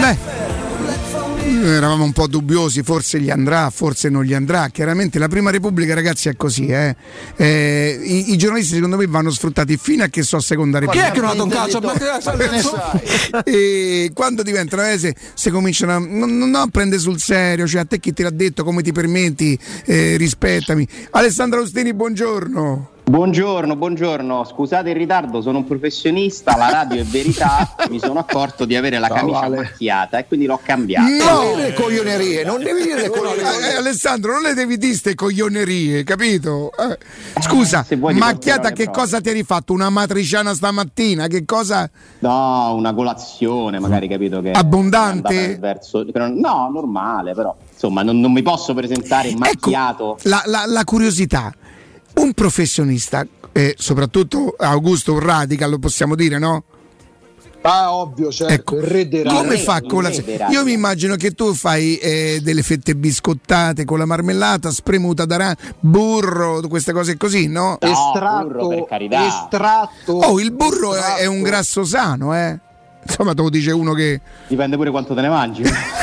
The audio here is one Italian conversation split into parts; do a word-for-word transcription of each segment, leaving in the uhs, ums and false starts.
Beh, eravamo un po' dubbiosi, forse gli andrà, forse non gli andrà. Chiaramente la Prima Repubblica, ragazzi, è così, eh. Eh, i, i giornalisti secondo me vanno sfruttati fino a che so Seconda Repubblica. Chi è che non ha dato un calcio? E quando diventano eh, se, se cominciano a non, non a prendere sul serio, cioè a te chi te l'ha detto, come ti permetti, eh, rispettami. Alessandro Austini, buongiorno. Buongiorno, buongiorno, scusate il ritardo, sono un professionista, la radio è verità, mi sono accorto di avere la camicia vale. macchiata e quindi l'ho cambiata. Non devi dire coglionerie, non devi dire coglionerie. Eh, Alessandro, non le devi dire ste coglionerie, capito? Eh, scusa, se vuoi ti macchiata, porterò che le cosa ti hai rifatto? Una matriciana stamattina? Che cosa? No, una colazione, magari, capito che Abbondante? è andata verso, però, no, normale, però insomma non, non mi posso presentare macchiato. Ecco, la, la, la curiosità, un professionista, eh, soprattutto Augusto un radical, lo possiamo dire, no? Ah, ovvio, certo, Ecco, il re dei radical. come fa colazione? Io mi immagino che tu fai eh, delle fette biscottate con la marmellata, spremuta d'arancia, burro, queste cose così, no? No, estratto, burro, per carità. estratto. Oh, il burro è, estratto. è un grasso sano, eh? Insomma, te lo dice uno che Dipende pure quanto te ne mangi.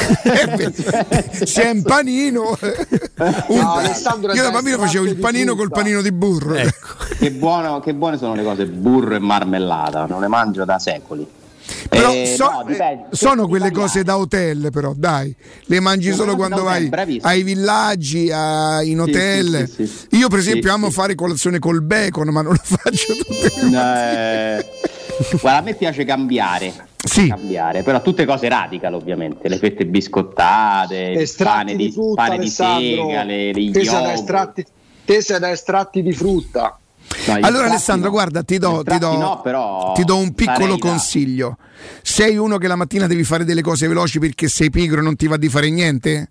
se è un panino. Un... No, Alessandro, Io da bambino facevo il panino col panino di burro. Ecco. che, buono, che buone sono le cose, burro e marmellata, non le mangio da secoli. Però Eh, so- no, dipende, sono se quelle italiani. cose da hotel, però dai, le mangi No, solo no, quando da hotel, vai bravissimo. ai villaggi, a- in hotel. sì, sì, sì. Io per esempio Sì, amo sì. fare colazione col bacon, ma non lo faccio tutte le mattine. Eh, guarda, a me piace cambiare. Sì. cambiare, però tutte cose radical, ovviamente, le fette biscottate, il Estratti pane di di, frutta, pane di Alessandro, segale, degli tesa da yogurt. estratti, tesa da estratti di frutta. No, gli Allora estratti Alessandro, no. guarda, ti Gli do, ti estratti do, no, però ti do un piccolo sarei da- consiglio. Sei uno che la mattina devi fare delle cose veloci perché sei pigro e non ti va di fare niente?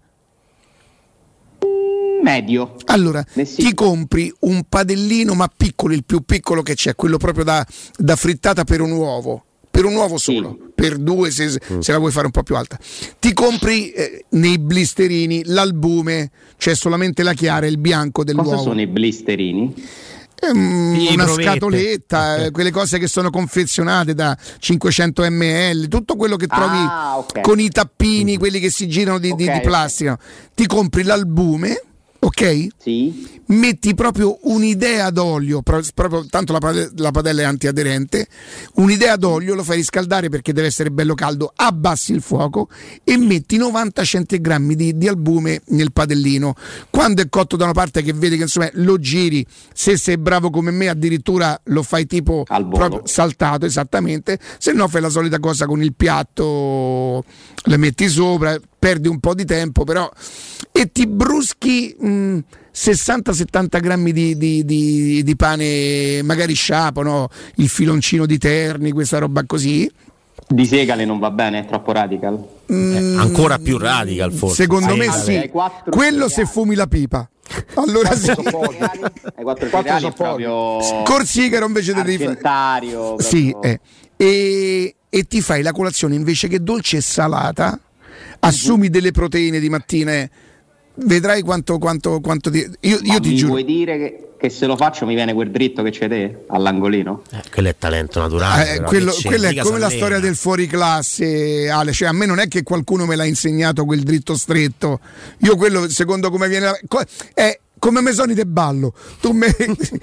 medio. Allora, Eh sì. ti compri un padellino, ma piccolo, il più piccolo che c'è, quello proprio da, da frittata per un uovo. Per un uovo solo, Sì. per due se, se la vuoi fare un po' più alta. Ti compri eh, nei blisterini l'albume, c'è solamente la chiara e il bianco dell'uovo. Cosa sono i blisterini? Ehm, I una provette. scatoletta, eh, quelle cose che sono confezionate da cinquecento millilitri, tutto quello che trovi Ah, ok. con i tappini, quelli che si girano di, di- Ok, di ok. plastica. Ti compri l'albume, ok? Sì. Metti proprio un'idea d'olio, pro- proprio, tanto la, pade- la padella è antiaderente, un'idea d'olio, lo fai riscaldare perché deve essere bello caldo, abbassi il fuoco e metti novanta centigrammi di, di albume nel padellino. Quando è cotto da una parte, che vedi che insomma lo giri, se sei bravo come me addirittura lo fai tipo Al volo. proprio saltato, esattamente, se no fai la solita cosa con il piatto, le metti sopra, perdi un po' di tempo però e ti bruschi mh, sessanta settanta grammi di, di, di, di pane, magari sciapo, no? Il filoncino di Terni, questa roba così. Di segale non va bene, è troppo radical. Eh, ancora più radical forse. Secondo Sì, me vabbè. sì, Hai quattro quello cereali. se fumi la pipa. Allora sì. Quattro sono pochi. Hai quattro Quattro cereali sono proprio Corsicaro invece del rifare. argentario. Sì, proprio- eh. e, e ti fai la colazione invece che dolce e salata, assumi delle proteine di mattina e vedrai quanto, quanto, quanto ti... io, Ma io ti mi giuro. vuoi dire che, che se lo faccio mi viene quel dritto che c'è te all'angolino? Eh, quello è talento naturale. Eh, però, quello, che c'è, quella è mica come la s'allena. storia del fuoriclasse, Ale. Cioè, a me non è che qualcuno me l'ha insegnato quel dritto stretto. Io quello, secondo come viene la- co- è come me sono de ballo. Tu me,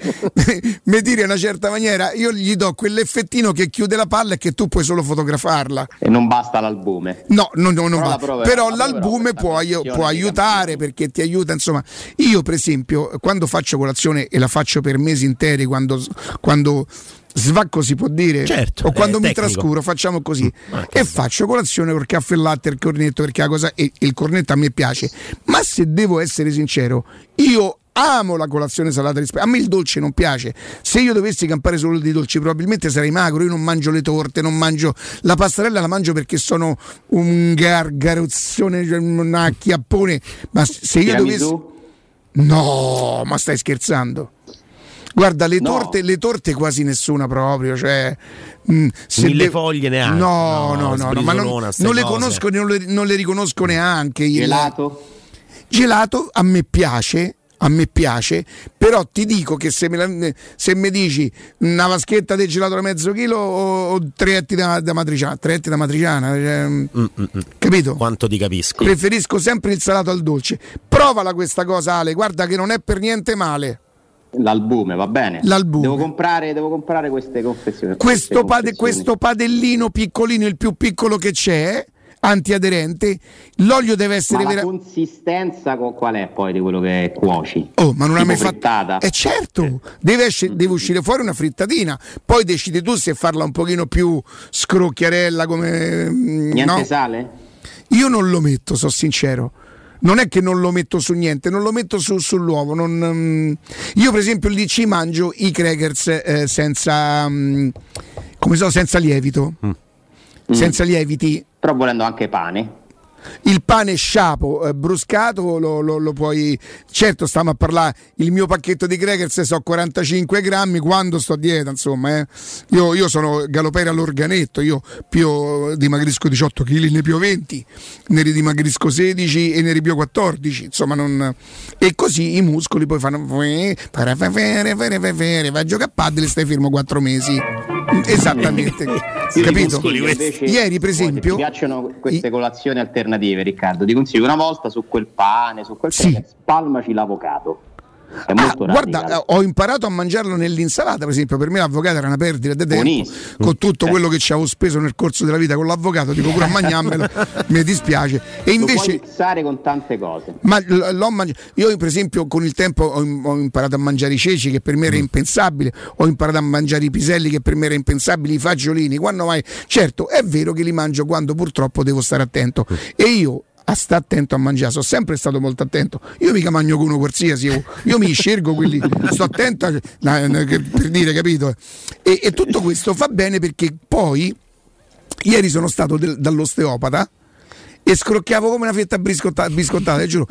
me tiri in una certa maniera, io gli do quell'effettino che chiude la palla e che tu puoi solo fotografarla. E non basta l'albume. No, no, no, non Però va. la proverò, Però la proverò l'albume questa può, ai- versione può dei aiutare campioni. perché ti aiuta. Insomma, io per esempio, quando faccio colazione e la faccio per mesi interi, quando, quando svacco si può dire, Certo, o quando è mi tecnico. trascuro, facciamo così Ah, che e bello. faccio colazione col caffè e latte, il cornetto, perché la cosa e il cornetto a me piace. Ma se devo essere sincero, io amo la colazione salata rispetto. A me il dolce non piace. Se io dovessi campare solo di dolci, probabilmente sarei magro. Io non mangio le torte, non mangio la pastarella, la mangio perché sono un gargaruzzone, cioè un acchiappone. Ma se io dovessi. Tiramisù? No, ma stai scherzando? Guarda, le No. torte, le torte quasi nessuna proprio, cioè mh, se Mille de- foglie neanche. No, no, No, no, no, ma non, sbrisolona, ste non le cose. conosco, non le, non le riconosco neanche. Il- Gelato? Gelato a me piace, a me piace, però ti dico che se, me la, se mi dici una vaschetta di gelato da mezzo chilo o, o tre etti da, da matriciana, tre etti da matriciana, cioè, mm, mm, capito? Quanto ti capisco. Preferisco sempre il salato al dolce. Provala questa cosa, Ale, guarda che non è per niente male. L'albume, va bene. L'albume. Devo comprare, devo comprare queste confezioni. Questo, queste pade, questo padellino piccolino, il più piccolo che c'è, antiaderente, l'olio deve essere ma la vera- consistenza co- qual è poi di quello che cuoci? Oh, ma non ha Tipo mai fatto. frittata? Eh certo, deve, esce, deve uscire fuori una frittatina, poi decidi tu se farla un pochino più scrocchiarella come Niente no? sale? Io non lo metto, sono sincero. Non è che non lo metto su niente, non lo metto su, sull'uovo. Non, um, io, per esempio, lì ci mangio i crackers eh, senza, um, come so, senza lievito, mm. senza lieviti. Però volendo anche pane. Il pane sciapo eh, bruscato lo, lo, lo puoi. Certo, stiamo a parlare. Il mio pacchetto di crackers so quarantacinque grammi quando sto a dieta. Insomma, eh. io, io sono galopere all'organetto. Io più dimagrisco diciotto chili, ne più venti, ne ridimagrisco sedici e ne ripio quattordici. Insomma, non. E così i muscoli poi fanno. Vai a giocare a paddle e stai fermo quattro mesi. Esattamente. Capito? Ieri, per esempio, mi piacciono queste i... colazioni alternative, Riccardo. Ti consiglio una volta su quel pane, su quel sì. spalmaci l'avocado. È ah, molto guarda, radical. ho imparato a mangiarlo nell'insalata, per esempio. Per me l'avocado era una perdita di tempo. Buonissimo. Con tutto quello che ci avevo speso nel corso della vita con l'avvocato, dico pure a mangiarmelo, mi dispiace. E invece lo puoi mixare con tante cose. Ma l'ho mangiato. Io, per esempio, con il tempo ho, ho imparato a mangiare i ceci, che per me era impensabile. Ho imparato a mangiare i piselli, che per me era impensabile. I fagiolini, quando mai. Certo, è vero che li mangio quando purtroppo devo stare attento. E io. A sta attento a mangiare, sono sempre stato molto attento. Io mica mangio con uno qualsiasi, io, io mi scelgo quelli, sto attento a, per dire, capito? E, e tutto questo fa bene perché poi ieri sono stato del, dall'osteopata e scrocchiavo come una fetta biscottata, biscottata, giuro.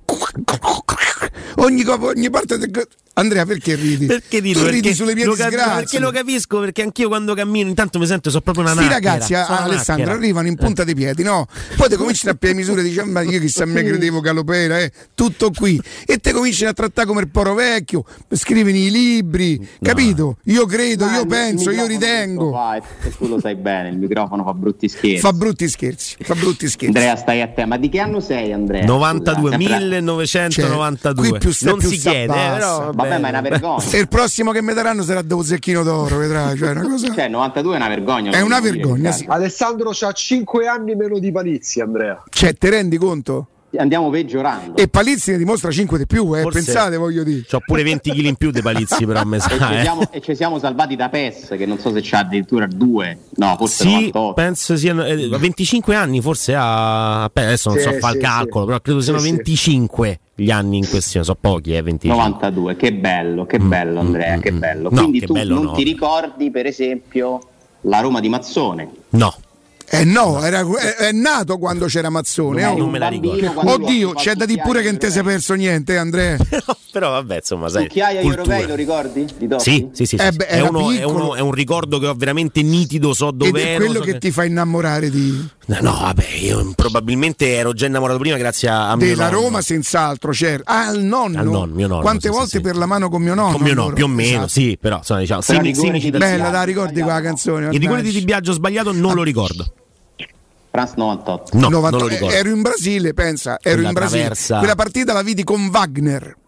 Ogni, ogni parte del... Andrea, perché ridi? Perché ridi? Tu Perché ridi sulle mie lo disgrazie. Cap- perché lo capisco, perché anch'io quando cammino intanto mi sento so proprio una sti nacchere. Ragazzi, a, Alessandro, arrivano in punta dei piedi, no? Poi te cominciano a piedi misure, dici, ma io chissà me credevo galopera, eh? Tutto qui. E te cominciano a trattare come il poro vecchio, scrivimi i libri, no. Capito? Io credo, ma io penso, io ritengo. Fa, e tu lo sai bene, il microfono fa brutti scherzi. Fa brutti scherzi, fa brutti scherzi. Andrea, stai a te. Ma di che anno sei, Andrea? novantadue, Scusa, millenovecentonovantadue. Cioè, qui più sta, non più si chiede, eh, però, vabbè, ma è una vergogna. E il prossimo che mi daranno sarà dopo Zecchino d'Oro, vedrai. Cioè, una cosa... cioè novantadue è una vergogna. È una vergogna, sì. Alessandro c'ha cinque anni meno di Palizzi, Andrea. Cioè, te rendi conto? Andiamo peggiorando. E Palizzi ne dimostra cinque di più, eh. Pensate, voglio dire. C'ho pure venti chili in più di Palizzi, però a me sa, e, ci eh. siamo, e ci siamo salvati da P E S, che non so se c'ha addirittura due. No, forse sì, novantotto. penso siano eh, venticinque anni, forse ha. Adesso non sì, so fare sì, il calcolo, sì. però credo siano sì, venticinque sì. Gli anni in questione, so pochi, eh, venticinque. novantadue, che bello, che bello, Andrea, mm, che mm, bello. no, Quindi che tu bello non no. ti ricordi, per esempio, la Roma di Mazzone? No. Eh no, era, è, è nato quando c'era Mazzone. No, oh. non me la ricordo. Oddio, c'è da dire pure che non ti sei perso niente, eh, Andrea. però, però vabbè, insomma, sai. Cucchiaia agli europei, lo ricordi? Di sì, sì, sì. sì, eh sì. beh, è, uno, è, uno, è un ricordo che ho veramente nitido, so dove ed è quello so che, che ti fa innamorare di. No, no, vabbè, io probabilmente ero già innamorato prima grazie a, a mio della nonno. Roma, senz'altro, certo. Ah, al nonno. Al nonno, mio nonno. Quante sì, volte sì, per sì. la mano con mio nonno? Con mio nonno, più o meno, esatto. sì, però insomma, diciamo, Però semi, semi bella, la ricordi quella canzone? I rigori di Biagio sbagliato non ah. lo ricordo. France novantotto. No, novanta non lo ricordo. Ero in Brasile, pensa, ero Quella in Brasile. traversa... Quella partita la vidi con Wagner.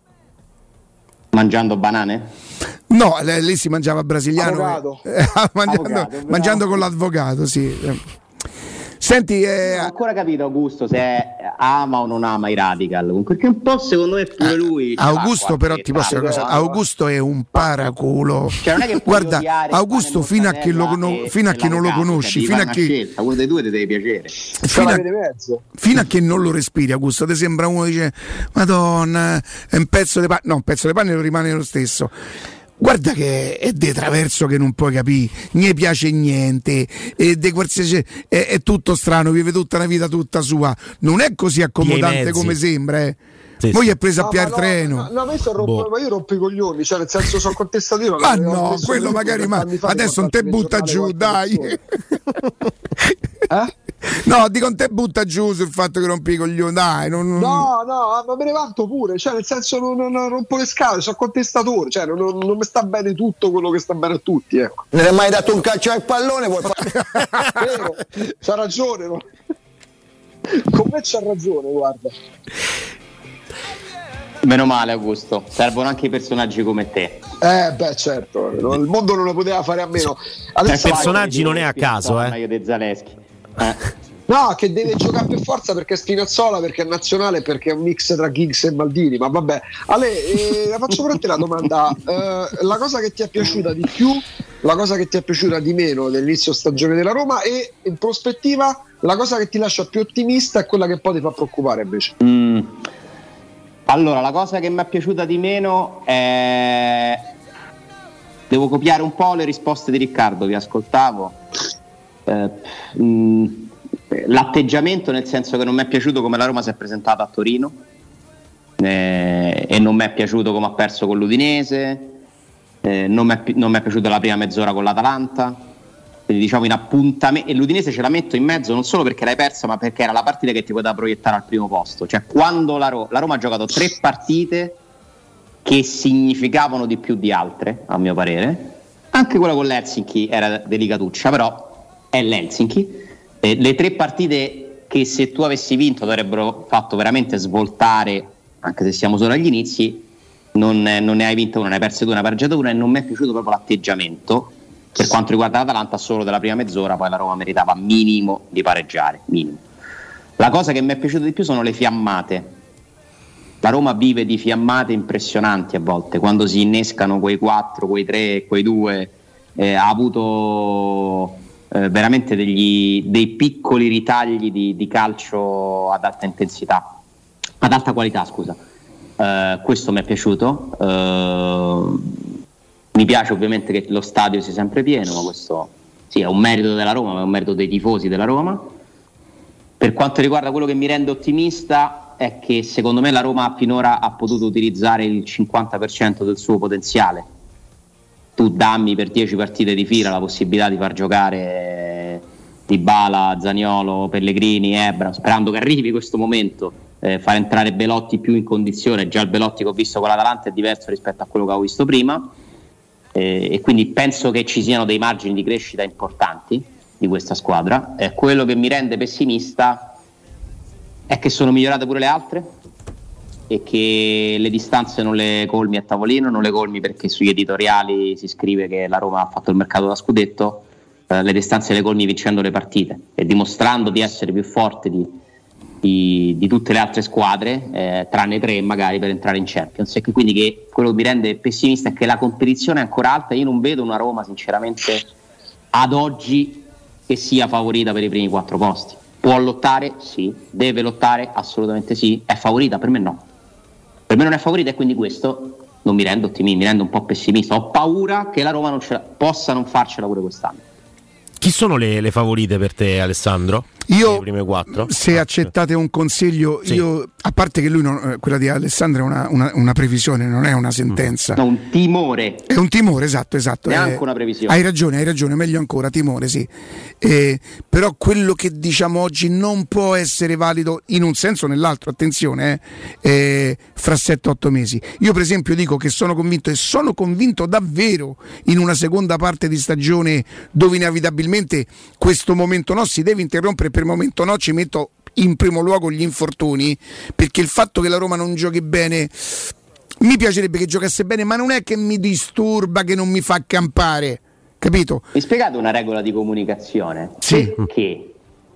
Mangiando banane? No, lì si mangiava brasiliano. Avvocato. Eh, mangiando, Avvocato, mangiando con l'avvocato, sì. Senti, eh... non ho ancora capito Augusto se ama o non ama i radical, perché un po' secondo me pure lui. Augusto, però ti posso dire una cosa, Augusto è un paraculo. Cioè, non è che guarda, Augusto fino a che, lo, e, fino a che non lo conosci, fino a che scelta, uno dei due ti deve piacere. Fino a, fino a che non lo respiri, Augusto, ti sembra uno che dice Madonna, è un pezzo di pane, no, un pezzo di pane lo rimane lo stesso. Guarda che è de traverso che non puoi capire, ne piace niente, è, de qualsiasi, è, è tutto strano, vive tutta una vita tutta sua, non è così accomodante come sembra, eh. Sì, Poi sì. è presa No, a Pier ma Treno. no, no, no, ma io, so rompo, Boh. ma io rompo i coglioni, cioè nel senso sono contestatino. Ma no, quello magari, ma adesso non te butta giù, dai. Eh? No, dico non te butta giù sul fatto che rompi i coglioni, dai. Non, non... No, no, ma me ne vanto pure, cioè nel senso non, non, non rompo le scale, sono contestatore, cioè non, non, non mi sta bene tutto quello che sta bene a tutti, ecco. Non hai mai dato un calcio al pallone? Vuoi fare... Vero, c'ha ragione, no? Con me c'ha ragione, guarda. Meno male, Augusto, servono anche i personaggi come te. Eh, beh, certo, no, il mondo non lo poteva fare a meno. Adesso Eh, personaggi non è a caso, eh. Meglio di Zaleschi. Eh. No, che deve giocare per forza perché è Spinazzola, perché è nazionale, perché è un mix tra Giggs e Maldini. Ma vabbè, Ale, eh, la faccio per te la domanda. Eh, la cosa che ti è piaciuta di più, la cosa che ti è piaciuta di meno dell'inizio stagione della Roma e in prospettiva la cosa che ti lascia più ottimista è quella che poi ti fa preoccupare invece. Mm. Allora, la cosa che mi è piaciuta di meno è... Devo copiare un po' le risposte di Riccardo, vi ascoltavo. Eh, mh, l'atteggiamento, nel senso che non mi è piaciuto come la Roma si è presentata a Torino eh, e non mi è piaciuto come ha perso con l'Udinese, eh, non mi è, non mi è piaciuta la prima mezz'ora con l'Atalanta, quindi diciamo in appuntamento, e l'Udinese ce la metto in mezzo non solo perché l'hai persa ma perché era la partita che ti poteva proiettare al primo posto, cioè quando la, Ro- la Roma ha giocato tre partite che significavano di più di altre, a mio parere, anche quella con l'Helsinki era delicatuccia, però è l'Helsinki. Le tre partite che se tu avessi vinto ti avrebbero fatto veramente svoltare, anche se siamo solo agli inizi, non, non ne hai vinto una, ne hai perse due, ne hai pareggiato una, e non mi è piaciuto proprio l'atteggiamento per quanto riguarda l'Atalanta, solo della prima mezz'ora. Poi la Roma meritava minimo di pareggiare, minimo. La cosa che mi è piaciuta di più sono le fiammate. La Roma vive di fiammate impressionanti a volte, quando si innescano quei quattro, quei tre, quei due, eh, ha avuto... Eh, veramente degli, dei piccoli ritagli di, di calcio ad alta intensità, ad alta qualità, scusa. Eh, questo mi è piaciuto. Eh, mi piace ovviamente che lo stadio sia sempre pieno, ma questo sì, è un merito della Roma, ma è un merito dei tifosi della Roma. Per quanto riguarda quello che mi rende ottimista è che secondo me la Roma finora ha potuto utilizzare il cinquanta per cento del suo potenziale. Tu dammi per dieci partite di fila la possibilità di far giocare Dybala, Zaniolo, Pellegrini, Ebra, sperando che arrivi questo momento, eh, far entrare Belotti più in condizione. Già il Belotti che ho visto con l'Atalanta è diverso rispetto a quello che ho visto prima, eh, e quindi penso che ci siano dei margini di crescita importanti di questa squadra. Eh, quello che mi rende pessimista è che sono migliorate pure le altre e che le distanze non le colmi a tavolino, non le colmi perché sugli editoriali si scrive che la Roma ha fatto il mercato da scudetto, eh, le distanze le colmi vincendo le partite e dimostrando di essere più forte di, di, di tutte le altre squadre, eh, tranne tre magari, per entrare in Champions. E che quindi che quello che mi rende pessimista è che la competizione è ancora alta. Io non vedo una Roma sinceramente ad oggi che sia favorita per i primi quattro posti. Può lottare? Sì. Deve lottare? Assolutamente sì. È favorita? Per me no. Per me non è favorita, e quindi questo non mi rende ottimista, mi rende un po' pessimista. Ho paura che la Roma non ce la, possa non farcela pure quest'anno. Chi sono le, le favorite per te, Alessandro? Io, le prime quattro? Se accettate un consiglio, sì. io, a parte che lui non, quella di Alessandro è una, una, una previsione, non è una sentenza. No, un timore. È un timore, esatto, esatto. Neanche è, una previsione. Hai ragione, hai ragione, meglio ancora, timore, sì. Eh, però quello che diciamo oggi non può essere valido in un senso o nell'altro, attenzione, eh, eh, fra sette otto mesi. Io per esempio dico che sono convinto, e sono convinto davvero, in una seconda parte di stagione dove inevitabilmente questo momento no si deve interrompere. Per il momento no ci metto in primo luogo gli infortuni, perché il fatto che la Roma non giochi bene mi piacerebbe che giocasse bene, ma non è che mi disturba, che non mi fa campare, capito? Mi spiegate una regola di comunicazione? Sì. Che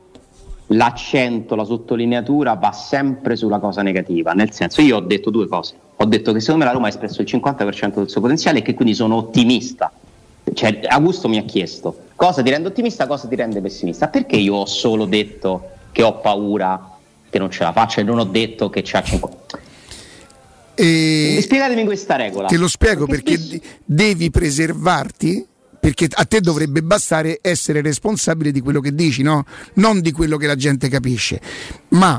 l'accento, la sottolineatura va sempre sulla cosa negativa, nel senso, io ho detto due cose. Ho detto che secondo me la Roma ha espresso il cinquanta per cento del suo potenziale e che quindi sono ottimista. Cioè, Augusto mi ha chiesto cosa ti rende ottimista, cosa ti rende pessimista. Perché io ho solo detto che ho paura che non ce la faccia e non ho detto che c'ha cinquanta. E... Spiegatemi questa regola. Te lo spiego, perché, perché spesso... devi preservarti, perché a te dovrebbe bastare essere responsabile di quello che dici, no? Non di quello che la gente capisce. Ma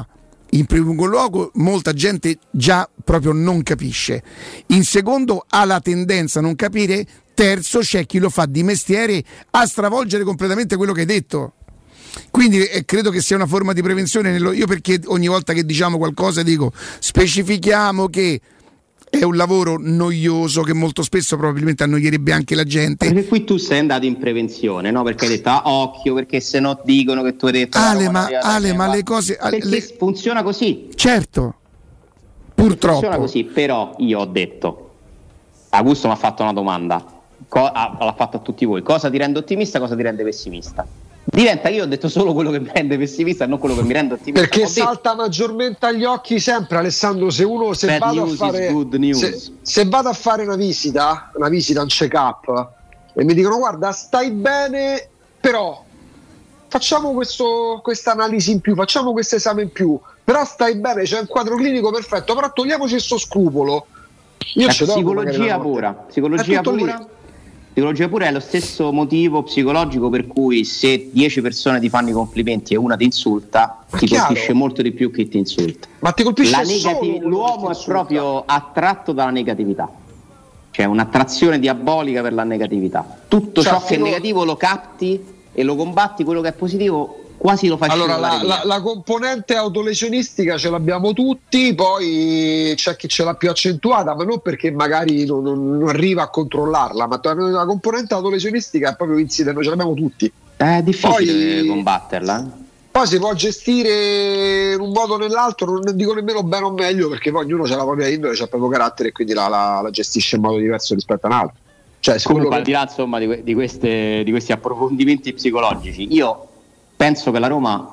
in primo luogo molta gente già proprio non capisce, in secondo ha la tendenza a non capire, terzo c'è chi lo fa di mestiere a stravolgere completamente quello che hai detto. Quindi eh, credo che sia una forma di prevenzione nello, io perché ogni volta che diciamo qualcosa dico specifichiamo che è un lavoro noioso che molto spesso probabilmente annoierebbe anche la gente. Perché qui tu sei andato in prevenzione, no? Perché hai detto ah, occhio, perché se no dicono che tu hai detto Ale, ma, Ale, ma le cose perché le... funziona così. Certo, purtroppo funziona così, però io ho detto, Augusto mi ha fatto una domanda, co- ah, l'ha fatto a tutti voi, cosa ti rende ottimista, cosa ti rende pessimista? Diventa che io ho detto solo quello che mi rende pessimista e non quello che mi rende ottimista. Perché ho salta detto... maggiormente agli occhi sempre, Alessandro, se uno se vado a fare se, se vado a fare una visita, una visita, un check-up e mi dicono guarda stai bene, però facciamo questo, questa analisi in più, facciamo questo esame in più, però stai bene, c'è un quadro clinico perfetto, però togliamoci questo scrupolo. Io è psicologia pura, psicologia pura. Lì. Psicologia pura è lo stesso motivo psicologico per cui se dieci persone ti fanno i complimenti e una ti insulta, ma ti chiaro. colpisce molto di più che ti insulta. Ma ti colpisce La negati- l'uomo è proprio attratto dalla negatività, c'è un'attrazione diabolica per la negatività. Tutto cioè, ciò che è negativo lo capti e lo combatti, quello che è positivo quasi lo fai. Allora la, la, la componente autolesionistica ce l'abbiamo tutti, poi c'è chi ce l'ha più accentuata, ma non perché magari non, non, non arriva a controllarla, ma la componente autolesionistica è proprio insita, noi ce l'abbiamo tutti. È difficile poi, combatterla. Poi si può gestire in un modo o nell'altro, non dico nemmeno bene o meglio, perché poi ognuno ha la propria indole, c'ha il proprio carattere e quindi la, la, la gestisce in modo diverso rispetto a un altro. Cioè, comunque che... al di là insomma di, di, queste, di questi approfondimenti psicologici, io penso che la Roma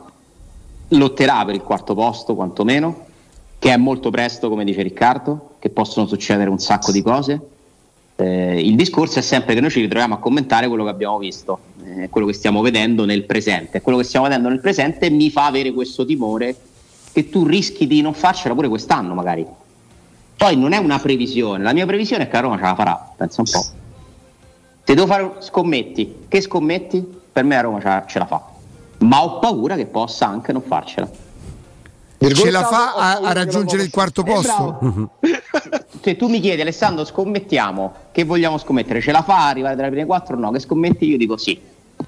lotterà per il quarto posto quantomeno, che è molto presto come dice Riccardo, che possono succedere un sacco di cose. Eh, il discorso è sempre che noi ci ritroviamo a commentare quello che abbiamo visto, eh, quello che stiamo vedendo nel presente. Quello che stiamo vedendo nel presente mi fa avere questo timore che tu rischi di non farcela pure quest'anno magari. Poi non è una previsione, la mia previsione è che la Roma ce la farà, pensa un po'. Se devo fare scommetti, che scommetti? Per me la Roma ce la, ce la fa. Ma ho paura che possa anche non farcela. Ce la fa a, a raggiungere il quarto posto? Eh, se tu mi chiedi Alessandro scommettiamo, che vogliamo scommettere? Ce la fa a arrivare tra le prime quattro o no? Che scommetti? Io dico sì.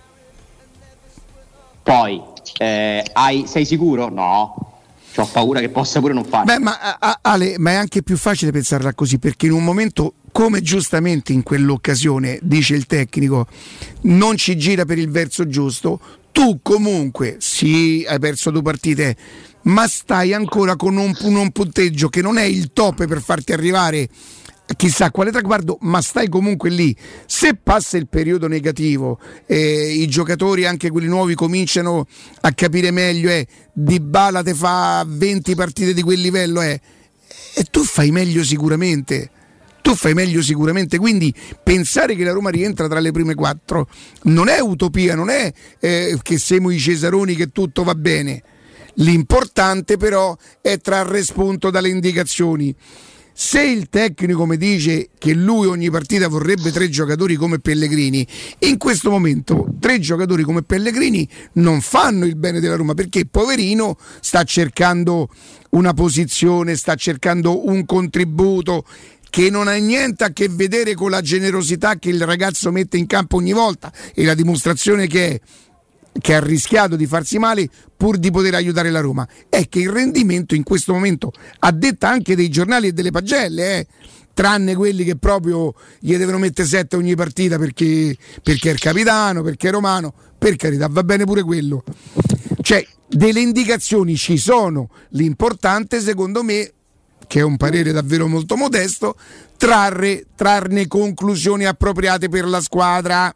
Poi eh, hai, sei sicuro? No. Ho paura che possa pure non farlo. Beh, ma a, Ale, ma è anche più facile pensarla così, perché in un momento come giustamente in quell'occasione dice il tecnico non ci gira per il verso giusto, tu comunque sì hai perso due partite ma stai ancora con un, un punteggio che non è il top per farti arrivare chissà quale traguardo, ma stai comunque lì. Se passa il periodo negativo, eh, i giocatori, anche quelli nuovi, cominciano a capire meglio, eh, Dybala te fa venti partite di quel livello, eh, e tu fai meglio sicuramente. Tu fai meglio sicuramente, quindi pensare che la Roma rientra tra le prime quattro non è utopia, non è eh, che siamo i Cesaroni che tutto va bene. L'importante però è trarre spunto dalle indicazioni. Se il tecnico mi dice che lui ogni partita vorrebbe tre giocatori come Pellegrini, in questo momento tre giocatori come Pellegrini non fanno il bene della Roma, perché poverino sta cercando una posizione, sta cercando un contributo che non ha niente a che vedere con la generosità che il ragazzo mette in campo ogni volta, e la dimostrazione che è che ha rischiato di farsi male pur di poter aiutare la Roma è che il rendimento in questo momento, a detta anche dei giornali e delle pagelle, eh, tranne quelli che proprio gli devono mettere sette ogni partita perché, perché è il capitano, perché è romano, per carità, va bene pure quello, cioè delle indicazioni ci sono. L'importante secondo me, che è un parere davvero molto modesto, trarre trarne conclusioni appropriate per la squadra.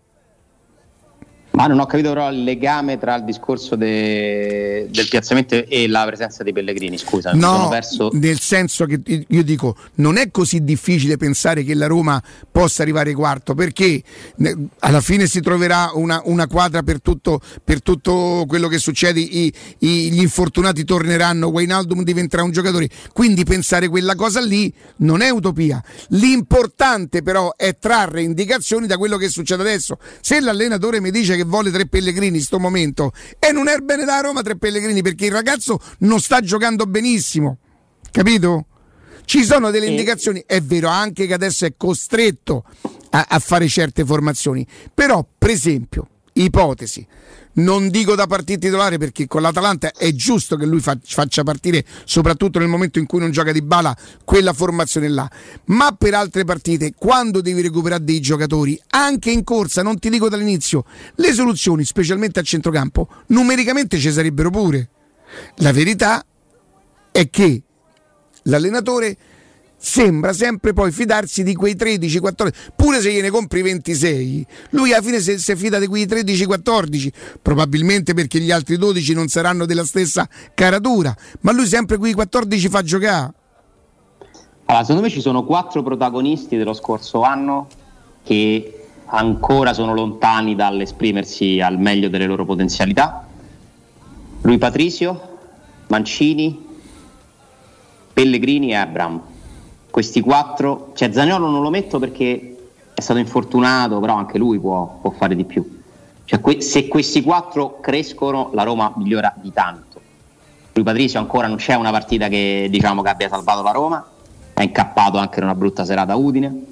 Ma non ho capito però il legame tra il discorso de... del piazzamento e la presenza dei Pellegrini, scusa. No, sono perso... nel senso che io dico, non è così difficile pensare che la Roma possa arrivare quarto, perché alla fine si troverà una, una quadra per tutto, per tutto quello che succede, I, i, gli infortunati torneranno, Wijnaldum diventerà un giocatore, quindi pensare quella cosa lì non è utopia. L'importante però è trarre indicazioni da quello che succede adesso. Se l'allenatore mi dice che che vuole tre Pellegrini in sto momento, e non è bene da Roma tre Pellegrini, perché il ragazzo non sta giocando benissimo, capito? Ci sono delle indicazioni, è vero anche che adesso è costretto a, a fare certe formazioni, però per esempio, ipotesi, non dico da partita titolare, perché con l'Atalanta è giusto che lui fa, faccia partire, soprattutto nel momento in cui non gioca Dybala, quella formazione là, ma per altre partite, quando devi recuperare dei giocatori anche in corsa, non ti dico dall'inizio, le soluzioni specialmente a centrocampo numericamente ci sarebbero pure. La verità è che l'allenatore sembra sempre poi fidarsi di quei tredici quattordici, pure se gliene compri ventisei, lui alla fine si, si fida di quei tredici quattordici, probabilmente perché gli altri dodici non saranno della stessa caratura, ma lui sempre quei quattordici fa giocare. Allora, secondo me ci sono quattro protagonisti dello scorso anno che ancora sono lontani dall'esprimersi al meglio delle loro potenzialità: Rui Patricio, Mancini, Pellegrini e Abraham. Questi quattro, cioè Zaniolo non lo metto perché è stato infortunato, però anche lui può, può fare di più. Cioè, que- se questi quattro crescono, la Roma migliora di tanto. Rui Patricio ancora non c'è una partita che diciamo che abbia salvato la Roma, è incappato anche in una brutta serata a Udine.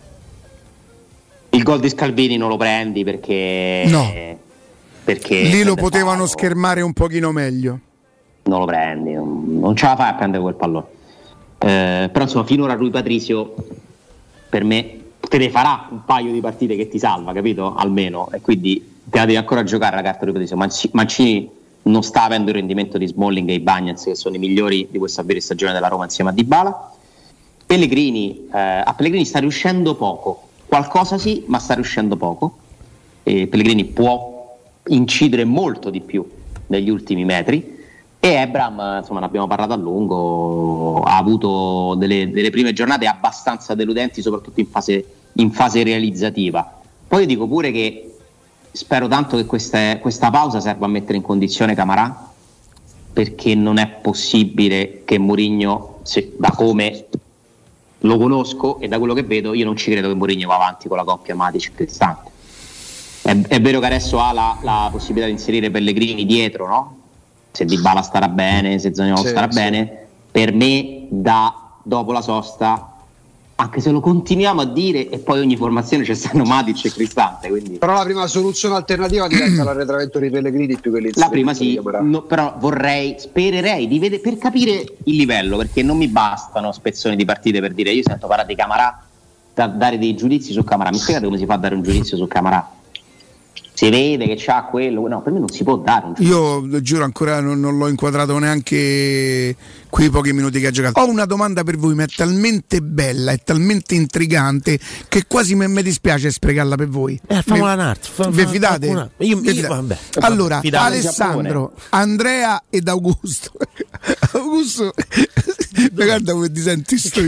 Il gol di Scalvini non lo prendi perché, no, perché lì lo potevano stato... schermare un pochino meglio. Non lo prendi, non, non ce la fai a prendere quel pallone. Eh, però insomma finora Rui Patricio per me te ne farà un paio di partite che ti salva, capito? Almeno, e quindi te la devi ancora giocare la carta Rui Patricio. Manc- Mancini non sta avendo il rendimento di Smalling e Ibañez, che sono i migliori di questa vera stagione della Roma insieme a Dybala. Pellegrini, eh, a Pellegrini sta riuscendo poco, qualcosa sì, ma sta riuscendo poco, e Pellegrini può incidere molto di più negli ultimi metri. E Abraham, insomma, ne abbiamo parlato a lungo, ha avuto delle, delle prime giornate abbastanza deludenti, soprattutto in fase, in fase realizzativa. Poi io dico pure che spero tanto che queste, questa pausa serva a mettere in condizione Camarà, perché non è possibile che Mourinho, se, da come lo conosco e da quello che vedo, io non ci credo che Mourinho va avanti con la coppia Matic-Cristante. È, è vero che adesso ha la, la possibilità di inserire Pellegrini dietro, no? Se Dybala starà bene, se Zaniolo sì, starà sì. bene, per me da dopo la sosta, anche se lo continuiamo a dire e poi ogni formazione c'è stanno Matic e Cristante, quindi... però la prima soluzione alternativa diventa l'arretramento di Pellegrini più che la prima sì, no, però vorrei, spererei di vedere, per capire il livello, perché non mi bastano spezzoni di partite per dire io sento parlare di Camarà, da dare dei giudizi su Camarà. Mi spiegate come si fa a dare un giudizio su Camarà? Si vede che c'ha quello, no, per me non si può dare un giudizio. Io giuro ancora non, non l'ho inquadrato neanche quei pochi minuti che ha giocato. Ho una domanda per voi, ma è talmente bella, è talmente intrigante che quasi me, me dispiace sprecarla per voi. Eh, famola Nart, fa, vi fidate? Io, io, io, vabbè. Allora, Fidate. Alessandro, Andrea ed Augusto. Augusto, guarda come ti senti sto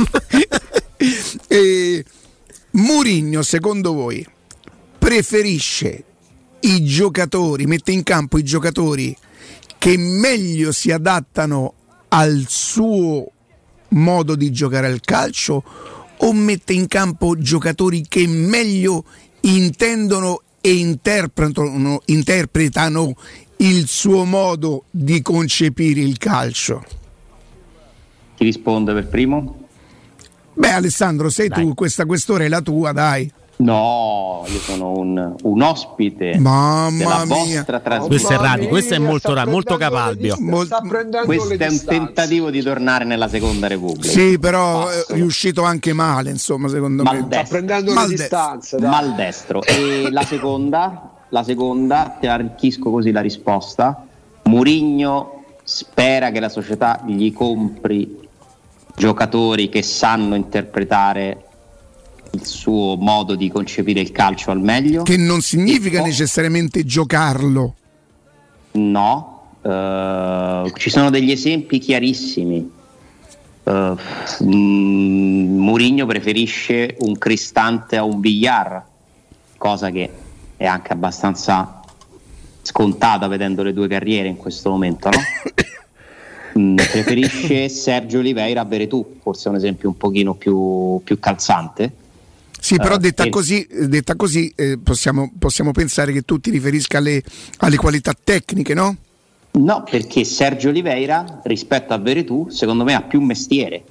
e Mourinho, secondo voi preferisce i giocatori, mette in campo i giocatori che meglio si adattano al suo modo di giocare al calcio, o mette in campo giocatori che meglio intendono e interpretano, interpretano il suo modo di concepire il calcio? Chi risponde per primo? Beh, Alessandro, sei dai. tu, questa quest'ora è la tua, dai. No, io sono un, un ospite Mamma della mia. vostra trasmissione. Questo è radio, questo è molto, ra- molto capalbio. Questo è un tentativo di tornare nella Seconda Repubblica. Sì, però è riuscito anche male, insomma, secondo Maldestro. me. Sta prendendo le distanze. Dai. Maldestro. E la seconda, la seconda, ti arricchisco così la risposta. Mourinho spera che la società gli compri giocatori che sanno interpretare il suo modo di concepire il calcio al meglio, che non significa poi, necessariamente giocarlo. No, uh, ci sono degli esempi chiarissimi. uh, mm, Mourinho preferisce un Cristante a un Villar, cosa che è anche abbastanza scontata vedendo le due carriere in questo momento, no? mm, preferisce Sergio Oliveira a Veretù, forse è un esempio un pochino più, più calzante. Sì, però eh, detta e... così, detta così eh, possiamo, possiamo pensare che tu ti riferisca alle, alle qualità tecniche, no? No, perché Sergio Oliveira rispetto a Veretù secondo me ha più mestiere,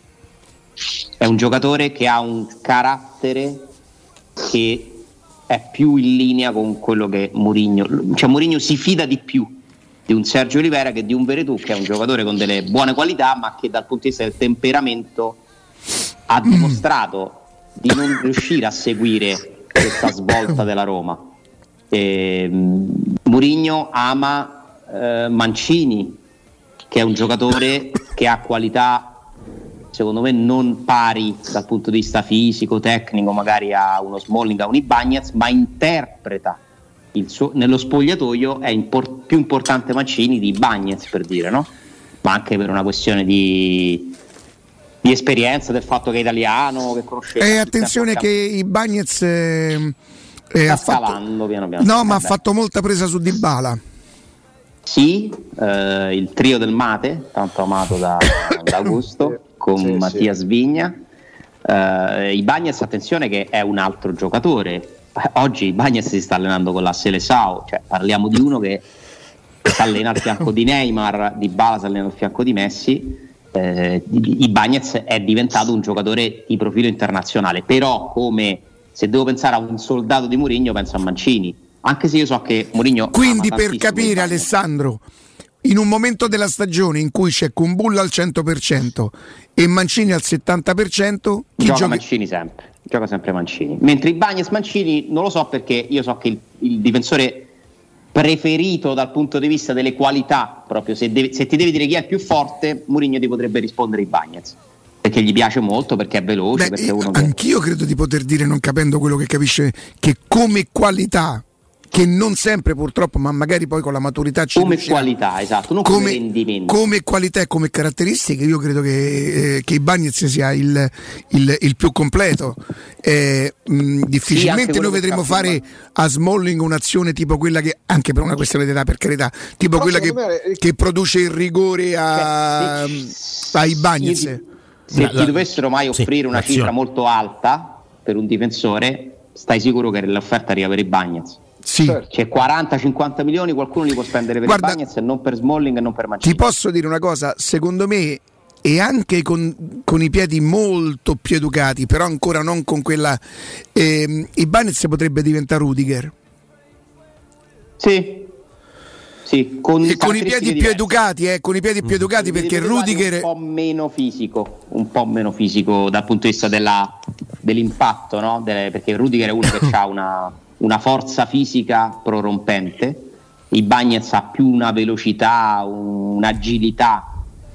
è un giocatore che ha un carattere che è più in linea con quello che Mourinho, cioè Mourinho si fida di più di un Sergio Oliveira che di un Veretù, che è un giocatore con delle buone qualità ma che dal punto di vista del temperamento ha dimostrato di non riuscire a seguire questa svolta della Roma. E, Mourinho ama eh, Mancini, che è un giocatore che ha qualità secondo me non pari dal punto di vista fisico, tecnico, magari a uno Smalling, a un Ibañez, ma interpreta il suo, nello spogliatoio è impor- più importante Mancini di Ibañez, per dire, no? Ma anche per una questione di, di esperienza, del fatto che è italiano, che conosce. E attenzione che Ibañez eh, eh, sta ha fatto, scalando piano piano. no, ma ha Vabbè. fatto molta presa su Dybala. Sì, eh, il trio del Mate, tanto amato da, da Augusto, con sì, Mattia sì. Svigna. Eh, Ibañez, attenzione che è un altro giocatore. Oggi Ibañez si sta allenando con la Seleção, cioè parliamo di uno che si allena al fianco di Neymar, Dybala si allena al fianco di Messi. eh, Ibañez è diventato un giocatore di profilo internazionale, però come se devo pensare a un soldato di Mourinho penso a Mancini, anche se io so che Mourinho Quindi ama per tantissimo capire Ibañez. Alessandro, in un momento della stagione in cui c'è Kumbulla al cento per cento e Mancini al settanta per cento, chi gioca giochi? Mancini sempre, gioca sempre Mancini, mentre Ibañez Mancini non lo so, perché io so che il, il difensore preferito dal punto di vista delle qualità, proprio se, deve, se ti devi dire chi è il più forte, Mourinho ti potrebbe rispondere Ibañez, perché gli piace molto, perché è veloce. Beh, perché è uno eh, che... anch'io credo di poter dire, non capendo quello che capisce, che come qualità, che non sempre purtroppo, ma magari poi con la maturità ci come riuscirà. qualità, esatto, non come, come, rendimento. come qualità e come caratteristiche, io credo che, eh, che Ibañez sia il, il, il più completo. Eh, mh, difficilmente Sì, noi vedremo fare a Smalling un'azione tipo quella che, anche per una questione di età, per carità, tipo Però quella che, secondo me- che produce il rigore a, Cioè, a Ibañez. sì, se La- ti la- dovessero mai sì, offrire una l'azione. cifra molto alta per un difensore, stai sicuro che l'offerta arriva per Ibañez. Sì. Certo. C'è quaranta cinquanta milioni, qualcuno li può spendere per Guarda, Ibañez e non per Smalling e non per Mancini. Ti posso dire una cosa, secondo me, e anche con, con i piedi molto più educati, però ancora non con quella, ehm, Ibañez potrebbe diventare Rudiger. Sì, sì, con, E con i piedi caratteristiche più diverse. educati, eh, con i piedi più educati, Con i perché piedi educati Rudiger un po' meno fisico, un po' meno fisico dal punto di vista della, dell'impatto, no? Delle- perché Rudiger è uno che ha una, una forza fisica prorompente, Ibañez ha più una velocità, un- un'agilità,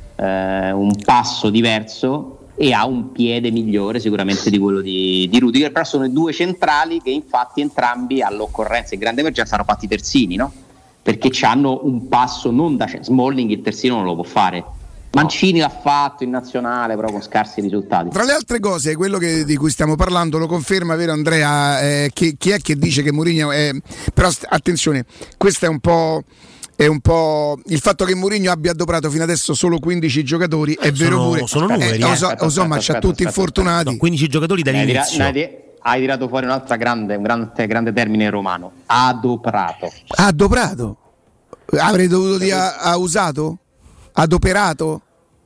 eh, un passo diverso e ha un piede migliore sicuramente di quello di, di Rudiger, però sono i due centrali che infatti entrambi all'occorrenza in grande emergenza hanno fatti terzini, no? Perché hanno un passo non da Smalling, il terzino non lo può fare. Mancini l'ha fatto in nazionale però con scarsi risultati. Tra le altre cose, quello che, di cui stiamo parlando lo conferma, vero Andrea? Eh, chi, chi è che dice che Mourinho è... Però st- attenzione, questo è un po'... È un po' il fatto che Mourinho abbia adoprato fino adesso solo quindici giocatori, è vero Sono- pure. sono Eh, numeri, lo eh. so, Aspetta, lo so, ma aspetta, c'ha tutti aspetta, infortunati. No, quindici giocatori Hai, tira- dall'inizio. hai- hai tirato fuori un'altra grande, un grande, grande termine romano, adoprato. Ha adoprato. Avrei dovuto dire ha, ha usato? Adoperato?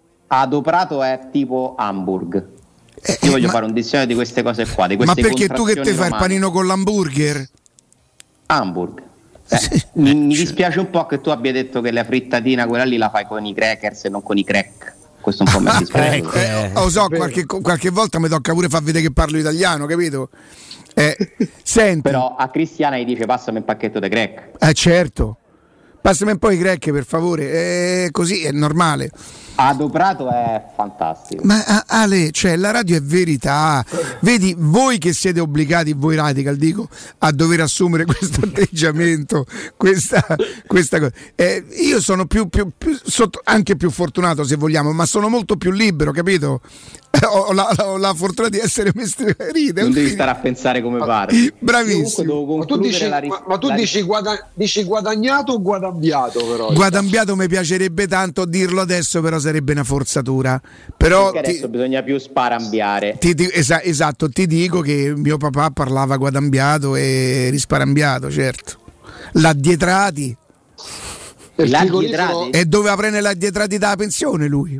Adoprato è tipo Hamburg. Eh, Io voglio ma, fare un dizionario di queste cose qua, di ma queste perché tu che te contrazioni fai il romane. panino con l'hamburger? Hamburg. Eh, Sì. mi, mi dispiace un po' che tu abbia detto che la frittatina quella lì la fai con i crackers e non con i crack. Questo un po' mi è dispiaciuto. ecco. Eh, lo so, qualche, qualche volta mi tocca pure far vedere che parlo italiano, capito? Eh, senti, Però a Cristiana gli dice passami un pacchetto di crack. eh, certo, passami un po' i crack per favore, eh, così è normale. Adoprato è fantastico. Ma ah, Ale, cioè la radio è verità. Vedi, voi che siete obbligati, voi radical, dico, a dover assumere questo atteggiamento, questa, questa cosa. Eh, io sono più, più, più sotto, anche più fortunato se vogliamo, ma sono molto più libero, capito? Eh, ho, la, ho la fortuna di essere mestiere. Ride, Non devi stare a pensare come pare. bravissimo. Ma tu, dici, la ris- ma, ma tu la ris- dici, guada- dici guadagnato o guadambiato però? Guadambiato mi piacerebbe tanto dirlo adesso, però sarebbe una forzatura, però perché adesso ti, bisogna più sparambiare. ti, ti, esa, esatto, ti dico che mio papà parlava guadambiato e risparambiato, certo. L'addietrati. L'addietrati? E doveva prendere l'addietrati dalla pensione lui.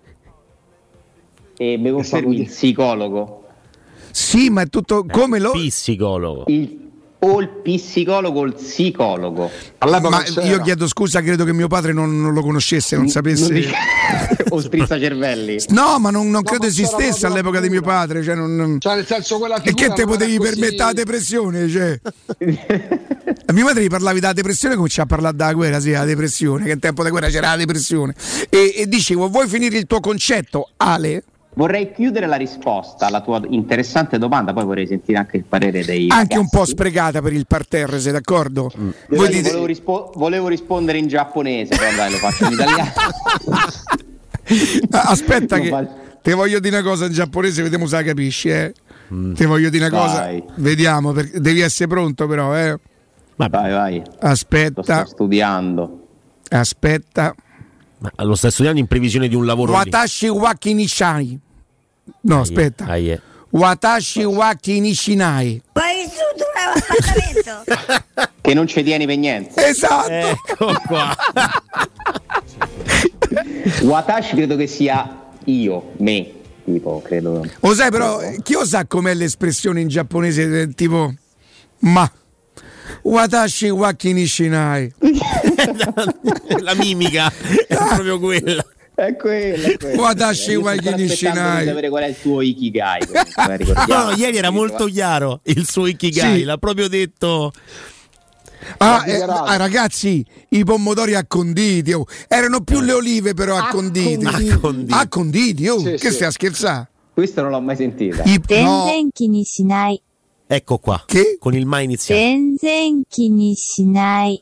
E mi confermi il psicologo? Sì, ma è tutto come lo psicologo. Il o il psicologo o il psicologo. Ma io chiedo scusa, credo che mio padre non, non lo conoscesse, non sapesse. Non o strizzacervelli. No, ma non, non No, credo ma esistesse c'era all'epoca di mio padre. Cioè, non... cioè nel senso quella e che te non potevi era così- permettere la depressione? Cioè? A mia madre gli parlavi della depressione, cominciava a parlare della guerra, sì, la depressione, che in tempo di guerra c'era la depressione. E, e dicevo, vuoi finire il tuo concetto, Ale? Vorrei chiudere la risposta alla tua interessante domanda, poi vorrei sentire anche il parere dei Anche ragazzi. un po' sprecata per il parterre, sei d'accordo? Mm. Voi Dai, dite... volevo, rispo- volevo rispondere in giapponese, però dai, lo faccio in italiano. Aspetta che fa... te voglio dire una cosa in giapponese, vediamo se la capisci, eh. Mm. Te voglio dire una Vai. cosa, vediamo, perché devi essere pronto però, eh. Vai, vai. Aspetta. Lo sto studiando. Aspetta. Ma lo stai studiando in previsione di un lavoro lì? Watashi wa kinishinai. No, Aie, aspetta. aie. Watashi wa kinishinai. Hai vissuto un appartamento? Che non ci tieni per niente. Esatto. Ecco qua. Watashi credo che sia io, me, tipo, credo. Lo sai però, chi lo sa com'è l'espressione in giapponese eh, tipo ma Watashi wa kinishinai. La mimica è proprio quella. È quella, è quella. Watashi wa kinishinai. Di sapere qual è il tuo ikigai. No, no, ieri era molto chiaro il suo ikigai, Sì. l'ha proprio detto. Ah, eh, ah, ragazzi, i pomodori acconditi oh. Erano più le olive però accondite. Acconditi. Acconditi, oh. Sì, Che sì. stai a scherzare? Questo non l'ho mai sentita. I, no, 全然気にしない。 Ecco qua. Che? Con il mai iniziale. 全然気にしない。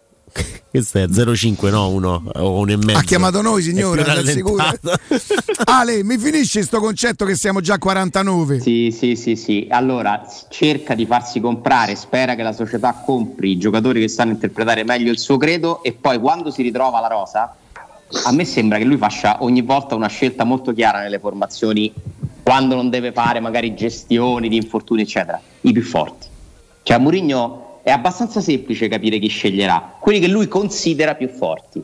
Questo è zero cinque, no? Uno o uno e mezzo. ha chiamato noi, signora, È più sei sicura? rallentato. Ale, mi finisci sto concetto che siamo già a quarantanove? Sì, sì, sì, sì. Allora, cerca di farsi comprare, spera che la società compri i giocatori che sanno interpretare meglio il suo credo e poi quando si ritrova la rosa, a me sembra che lui faccia ogni volta una scelta molto chiara nelle formazioni, quando non deve fare magari gestioni di infortuni, eccetera, i più forti. Cioè, a Mourinho è abbastanza semplice capire chi sceglierà, quelli che lui considera più forti.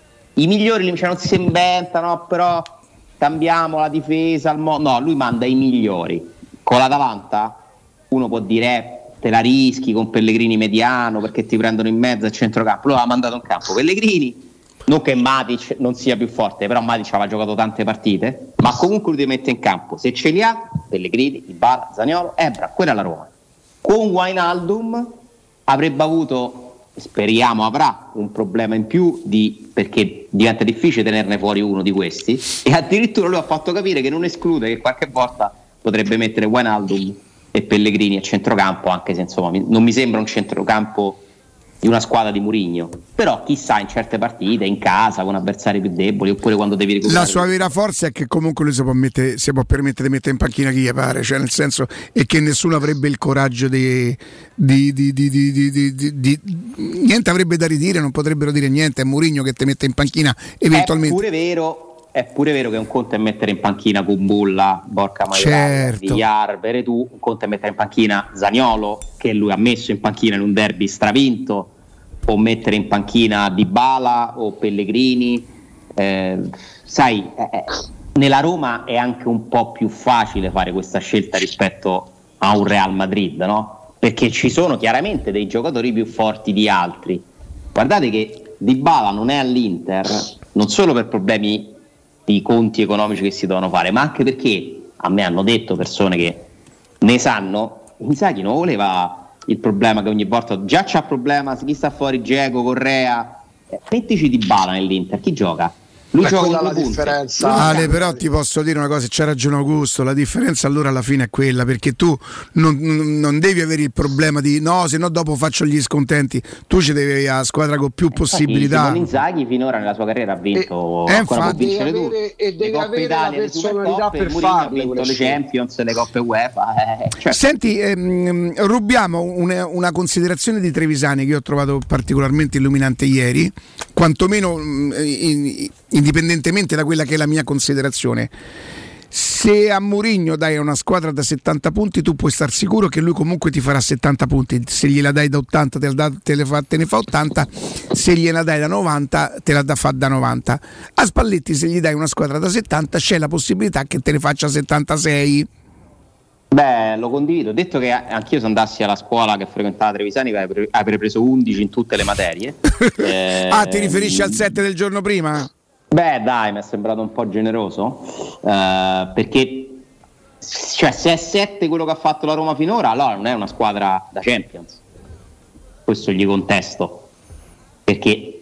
I migliori, cioè non si inventa, no, però cambiamo la difesa, il mo- no, lui manda i migliori. Con l'Atalanta uno può dire eh, te la rischi con Pellegrini mediano perché ti prendono in mezzo al centrocampo. Lui ha mandato in campo Pellegrini, non che Matic non sia più forte, però Matic aveva giocato tante partite, ma comunque lui ti mette in campo, se ce li ha Pellegrini, Dybala, Zaniolo, Ebra, quella è la Roma. Con Wijnaldum avrebbe avuto, speriamo avrà, un problema in più di, perché diventa difficile tenerne fuori uno di questi, e addirittura lui ha fatto capire che non esclude che qualche volta potrebbe mettere Wijnaldum e Pellegrini a centrocampo, anche se insomma mi, non mi sembra un centrocampo di una squadra di Mourinho, però chissà in certe partite, in casa, con avversari più deboli, oppure quando devi recuperare. La sua vera forza è che comunque lui si può, mettere, si può permettere di mettere in panchina chi gli pare, cioè nel senso, e che nessuno avrebbe il coraggio di, di, di, di, di, di, di, di niente avrebbe da ridire, non potrebbero dire niente, è Mourinho che ti mette in panchina eventualmente. È pure vero, è pure vero che un conto è mettere in panchina Kumbulla, Borca Maioral, Certo. Villar, Veretù, un conto è mettere in panchina Zaniolo, che lui ha messo in panchina in un derby stravinto, o mettere in panchina Dybala o Pellegrini, eh, sai, eh, nella Roma è anche un po' più facile fare questa scelta rispetto a un Real Madrid, no? Perché ci sono chiaramente dei giocatori più forti di altri. Guardate che Dybala non è all'Inter non solo per problemi di conti economici che si devono fare, ma anche perché a me hanno detto persone che ne sanno, Inzaghi non voleva il problema che ogni volta già c'ha problema, chi sta fuori, Dzeko, Correa, eh, mettici Dybala nell'Inter, chi gioca? Lui Ma gioca quella con la due punte. differenza. Ale, però ti posso dire una cosa, c'ha ragione Augusto, la differenza allora alla fine è quella, perché tu non, non devi avere il problema di no, se no dopo faccio gli scontenti, tu ci devi avere la squadra con più possibilità. Con Inzaghi finora nella sua carriera ha vinto, E- e ancora può infatti- vincere Devi tutto. avere- e Le devi Coppe avere Italia, la le personalità Supercoppe, per Mourinho ha farle vinto quelle le scelte. Champions, le Coppe UEFA, eh, cioè, Senti, ehm, rubiamo una, una considerazione di Trevisani che io ho trovato particolarmente illuminante ieri, quantomeno mh, in, in indipendentemente da quella che è la mia considerazione. Se a Mourinho dai una squadra da settanta punti, tu puoi star sicuro che lui comunque ti farà settanta punti. Se gliela dai da ottanta te, la, te, le fa, te ne fa ottanta, se gliela dai da novanta te la da, fa da novanta. A Spalletti se gli dai una squadra da settanta c'è la possibilità che te ne faccia settantasei. Beh, lo condivido. Detto che anch'io se andassi alla scuola che frequentava Trevisani avrei preso undici in tutte le materie. eh, ah, ti riferisci al sette del giorno prima? Beh, dai, mi è sembrato un po' generoso, eh, perché cioè, se è sette quello che ha fatto la Roma finora, allora non è una squadra da Champions. Questo gli contesto, perché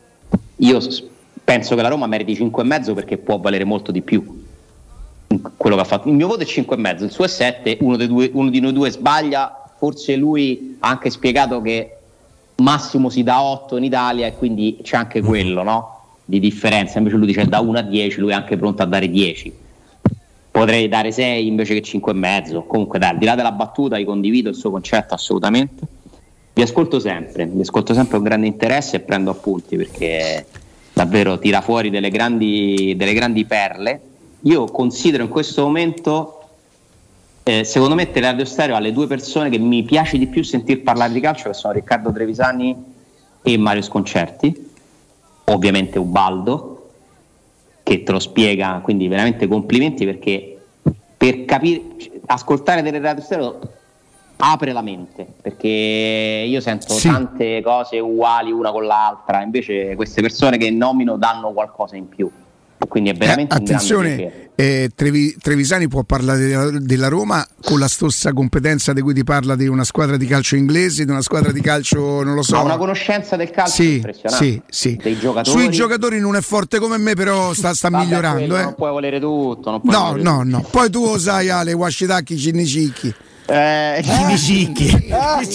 io penso che la Roma meriti cinque e mezzo perché può valere molto di più. Quello che ha fatto, il mio voto è cinque e mezzo, il suo è sette, uno, dei due, uno di noi due sbaglia, forse lui ha anche spiegato che massimo si dà otto in Italia e quindi c'è anche quello, no? Di differenza, invece lui dice da uno a dieci, lui è anche pronto a dare dieci. Potrei dare sei invece che cinque e mezzo. Comunque dai, al di là della battuta, io condivido il suo concetto assolutamente. Vi ascolto sempre, vi ascolto sempre con grande interesse e prendo appunti perché davvero tira fuori delle grandi, delle grandi perle. Io considero in questo momento, eh, secondo me Teleradio Stereo ha le due persone che mi piace di più sentir parlare di calcio, che sono Riccardo Trevisani e Mario Sconcerti. Ovviamente Ubaldo che te lo spiega, quindi veramente complimenti, perché per capire, ascoltare delle radio stereo apre la mente, perché io sento sì. tante cose uguali una con l'altra, invece queste persone che nomino danno qualcosa in più, quindi è veramente eh, un grande attenzione, piacere. Eh, Trevi, Trevisani può parlare della, della Roma con la stessa competenza di cui ti parla di una squadra di calcio inglese, di una squadra di calcio, non lo so. Ha una conoscenza del calcio sì, impressionante. Sì, sì. Dei giocatori. Sui giocatori non è forte come me, però sta, sta Vabbè, migliorando. Eh. Non puoi volere tutto. Non puoi no, volere no, tutto. no. Poi tu lo sai, Ale, Wascitacchi, Cinnicicchi. Eh, Cinnicicchi.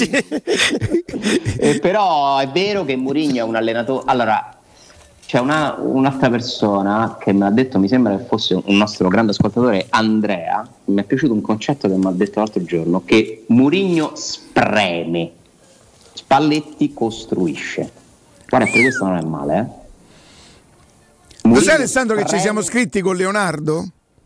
eh, però è vero che Mourinho è un allenatore. Allora. C'è una, un'altra persona che mi ha detto, mi sembra che fosse un nostro grande ascoltatore, Andrea, mi è piaciuto un concetto che mi ha detto l'altro giorno, che Mourinho spreme, Spalletti costruisce. Guarda, per questo non è male, eh? Lo sai Alessandro che ci siamo scritti con Leonardo?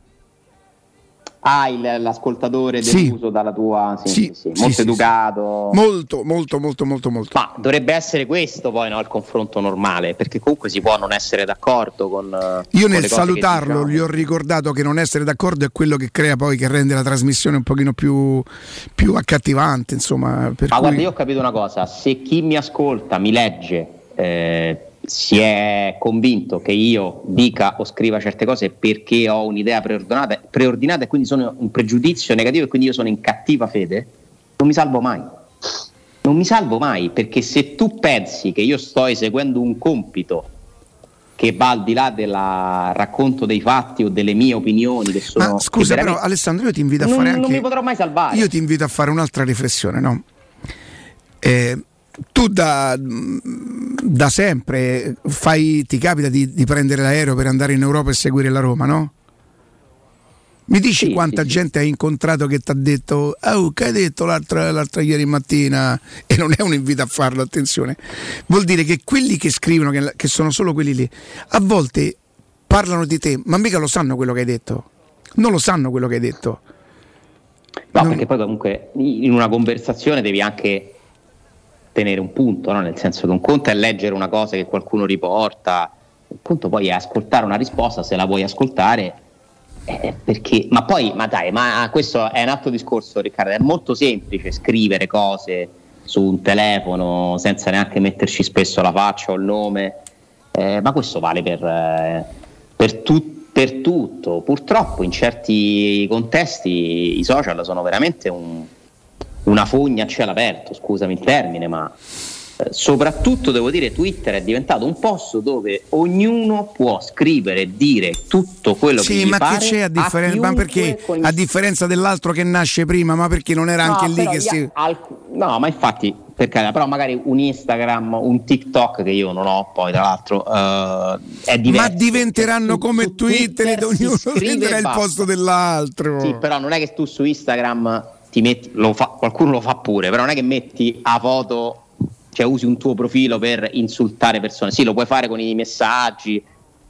Ah, il, l'ascoltatore deluso sì. dalla tua sì, sì, sì, sì. molto sì, educato sì. molto molto molto molto molto ma dovrebbe essere questo poi, no, il confronto normale, perché comunque si può non essere d'accordo con io con nel salutarlo gli ho ricordato che non essere d'accordo è quello che crea poi, che rende la trasmissione un pochino più, più accattivante, insomma, per ma cui... guarda, io ho capito una cosa, se chi mi ascolta, mi legge, eh, si è convinto che io dica o scriva certe cose perché ho un'idea preordinata, preordinata e quindi sono un pregiudizio negativo e quindi io sono in cattiva fede, non mi salvo mai. Non mi salvo mai, perché se tu pensi che io sto eseguendo un compito che va al di là del racconto dei fatti o delle mie opinioni che sono... Ma scusa però Alessandro, io ti invito a non, fare anche... Non mi potrò mai salvare. Io ti invito a fare un'altra riflessione, no? Eh... Tu da, da sempre fai, ti capita di, di prendere l'aereo per andare in Europa e seguire la Roma, no? Mi dici sì, quanta sì, gente sì. hai incontrato che ti ha detto oh, che hai detto l'altra, l'altra ieri mattina? E non è un invito a farlo, attenzione. Vuol dire che quelli che scrivono, che, che sono solo quelli lì, a volte parlano di te, ma mica lo sanno quello che hai detto. Non lo sanno quello che hai detto. No, non... perché poi comunque in una conversazione devi anche tenere un punto, no? Nel senso che un conto è leggere una cosa che qualcuno riporta, un conto poi è ascoltare una risposta, se la vuoi ascoltare, eh, perché, ma poi, ma dai, ma questo è un altro discorso, Riccardo, è molto semplice scrivere cose su un telefono senza neanche metterci spesso la faccia o il nome, eh, ma questo vale per, eh, per, tu, per tutto. Purtroppo in certi contesti i social sono veramente un una fogna a cielo aperto, scusami il termine, ma eh, soprattutto devo dire Twitter è diventato un posto dove ognuno può scrivere e dire tutto quello sì, che gli ma pare. Che c'è a, differen- ma perché a differenza dell'altro che nasce prima, ma perché non era no, anche lì che si alc- no, ma infatti per carità, però magari un Instagram, un TikTok che io non ho poi tra l'altro uh, è diverso. Ma diventeranno su, come su Twitter, Twitter ognuno prenderà il posto dell'altro. Sì, però non è che tu su Instagram ti metti, lo fa, qualcuno lo fa pure, però non è che metti a foto, cioè usi un tuo profilo per insultare persone. Sì, lo puoi fare con i messaggi,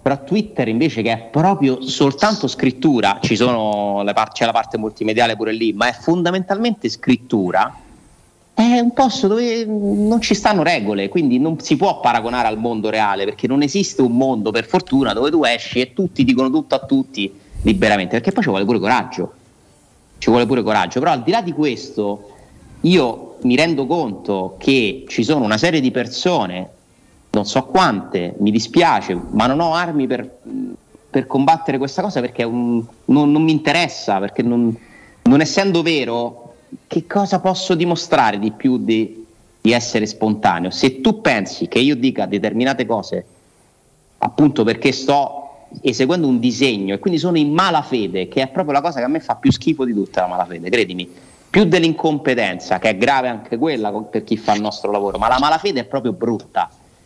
Però Twitter invece, che è proprio soltanto scrittura, ci sono le par- c'è la parte multimediale pure lì, ma è fondamentalmente scrittura, è un posto dove non ci stanno regole, quindi non si può paragonare al mondo reale, perché non esiste un mondo, per fortuna, dove tu esci e tutti dicono tutto a tutti liberamente, perché poi ci vuole pure coraggio, ci vuole pure coraggio. Però al di là di questo io mi rendo conto che ci sono una serie di persone, non so quante, mi dispiace, ma non ho armi per, per combattere questa cosa, perché è un, non, non mi interessa, perché non, non essendo vero, che cosa posso dimostrare di più di, di essere spontaneo? Se tu pensi che io dica determinate cose appunto perché sto eseguendo un disegno e quindi sono in malafede, che è proprio la cosa che a me fa più schifo di tutta la malafede, credimi, più dell'incompetenza, che è grave anche quella per chi fa il nostro lavoro, ma la malafede è proprio brutta,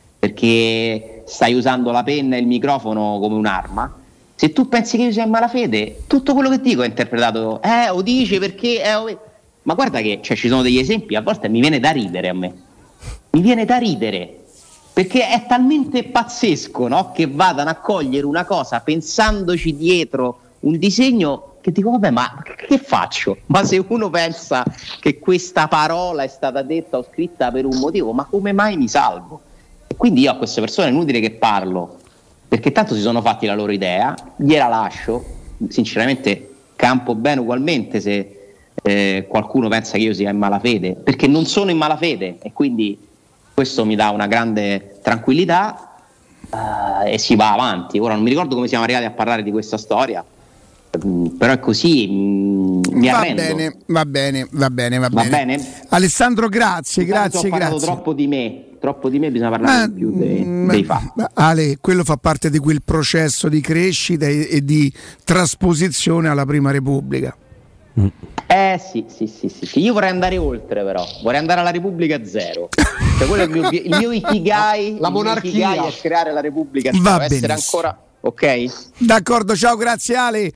perché stai usando la penna e il microfono come un'arma. Se tu pensi che io sia in malafede, tutto quello che dico è interpretato, eh, o dice perché, eh, o... ma guarda che cioè, ci sono degli esempi, a volte mi viene da ridere a me, mi viene da ridere, perché è talmente pazzesco, no? Che vadano a cogliere una cosa pensandoci dietro un disegno, che dico, vabbè, ma che faccio? Ma se uno pensa che questa parola è stata detta o scritta per un motivo, ma come mai mi salvo? Quindi io a queste persone è inutile che parlo, perché tanto si sono fatti la loro idea, gliela lascio, sinceramente campo bene ugualmente se eh, qualcuno pensa che io sia in malafede, perché non sono in malafede e quindi questo mi dà una grande tranquillità, uh, e si va avanti. Ora non mi ricordo come siamo arrivati a parlare di questa storia, mm, però è così, mm, mi va arrendo. bene, va bene, va bene, va, Va bene. bene? Alessandro, grazie, Intanto grazie, ho parlato grazie. troppo di me. Troppo di me, bisogna parlare Ma, più dei, ma, dei fatti. ma Ale, quello fa parte di quel processo di crescita e, e di trasposizione alla Prima Repubblica. Eh sì, sì, sì, sì, sì. Io vorrei andare oltre, però vorrei andare alla Repubblica Zero. Cioè, quello è il mio, il mio ikigai. La il mio monarchia. ikigai è creare la Repubblica Va Zero, essere benissimo. ancora ok. D'accordo, ciao, grazie Ale.